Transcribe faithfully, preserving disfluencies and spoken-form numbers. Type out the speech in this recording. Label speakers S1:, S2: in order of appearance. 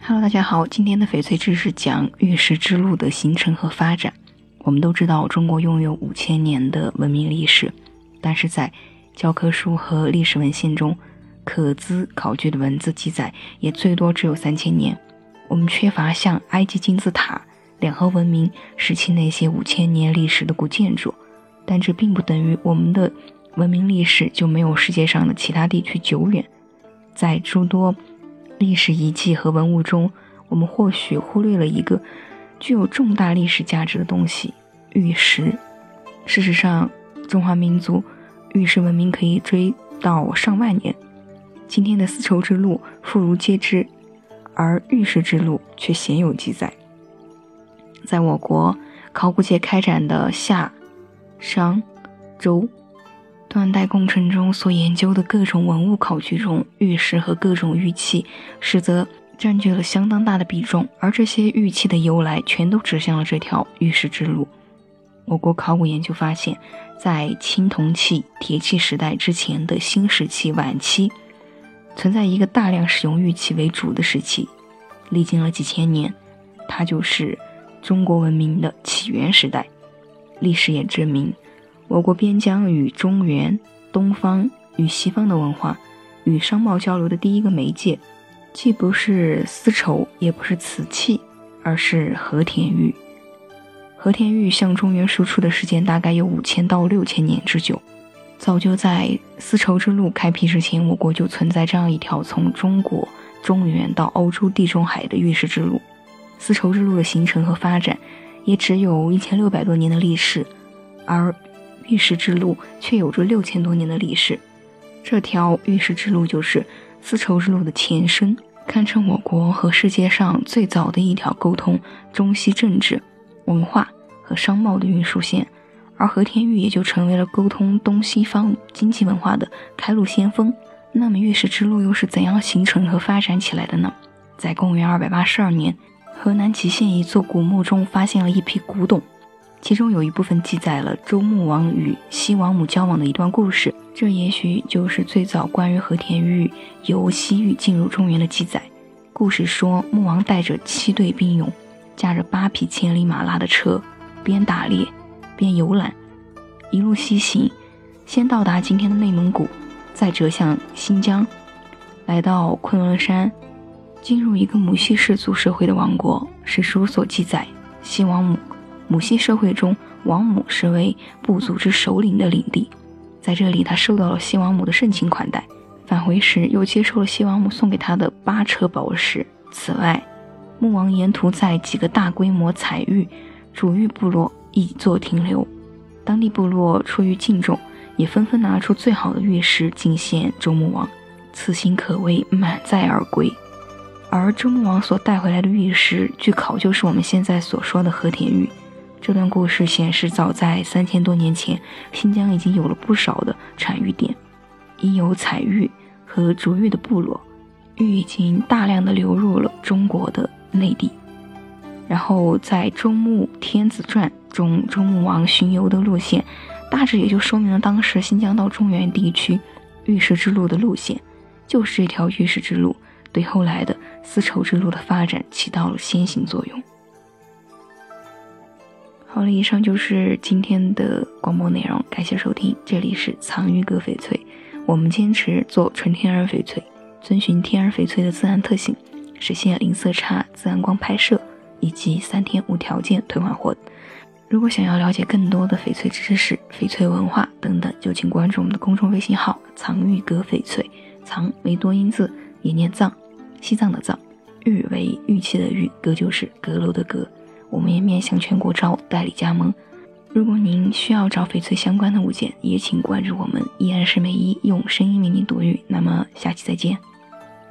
S1: Hello， 大家好，今天的翡翠知识讲玉石之路的形成和发展。我们都知道，中国拥有五千年的文明历史，但是在教科书和历史文献中，可资考据的文字记载也最多只有三千年。我们缺乏像埃及金字塔、两河文明时期那些五千年历史的古建筑，但这并不等于我们的文明历史就没有世界上的其他地区久远。在诸多历史遗迹和文物中，我们或许忽略了一个具有重大历史价值的东西——玉石。事实上，中华民族玉石文明可以追到上万年。今天的丝绸之路妇孺皆知，而玉石之路却鲜有记载。在我国考古界开展的夏、商、周断代工程中所研究的各种文物考据中，玉石和各种玉器实则占据了相当大的比重，而这些玉器的由来全都指向了这条玉石之路。我国考古研究发现，在青铜器、铁器时代之前的新石器晚期，存在一个大量使用玉器为主的时期，历经了几千年，它就是中国文明的起源时代。历史也证明，我国边疆与中原、东方与西方的文化与商贸交流的第一个媒介，既不是丝绸，也不是瓷器，而是和田玉。和田玉向中原输出的时间大概有五千到六千年之久。早就在丝绸之路开辟之前，我国就存在这样一条从中国中原到欧洲地中海的玉石之路。丝绸之路的形成和发展也只有一千六百多年的历史，而玉石之路却有着六千多年的历史。这条玉石之路就是丝绸之路的前身，堪称我国和世界上最早的一条沟通中西政治、文化和商贸的运输线，而和田玉也就成为了沟通东西方经济文化的开路先锋。那么玉石之路又是怎样形成和发展起来的呢？在公元二百八十二年，河南淇县一座古墓中发现了一批古董，其中有一部分记载了周穆王与西王母交往的一段故事，这也许就是最早关于和田玉由西域进入中原的记载。故事说，穆王带着七队兵勇，驾着八匹千里马拉的车，边打猎边游览，一路西行，先到达今天的内蒙古，再折向新疆，来到昆仑山，进入一个母系氏族社会的王国。史书所记载，西王母母系社会中，王母是为部族之首领的领地，在这里他受到了西王母的盛情款待，返回时又接受了西王母送给他的八车宝石。此外，穆王沿途在几个大规模采玉主玉部落一坐停留，当地部落出于敬重，也纷纷拿出最好的玉石进献周穆王，此行可谓满载而归。而周穆王所带回来的玉石，据考就是我们现在所说的和田玉。这段故事显示，早在三千多年前，新疆已经有了不少的产玉点，已有采玉和逐玉的部落，玉已经大量的流入了中国的内地。然后在《周穆天子传》中，周穆王巡游的路线大致也就说明了当时新疆到中原地区玉石之路的路线，就是这条玉石之路对后来的丝绸之路的发展起到了先行作用。好了，以上就是今天的广播内容，感谢收听，这里是藏玉阁翡翠，我们坚持做纯天然翡翠，遵循天然翡翠的自然特性，实现零色差、自然光拍摄以及三天无条件退换货。如果想要了解更多的翡翠知识、翡翠文化等等，就请关注我们的公众微信号藏玉阁翡翠，藏为多音字，也念藏，西藏的藏，玉为玉器的玉，阁就是阁楼的阁。我们也面向全国招代理加盟，如果您需要找翡翠相关的物件，也请关注我们，依然是美一用声音为您读玉。那么下期再见。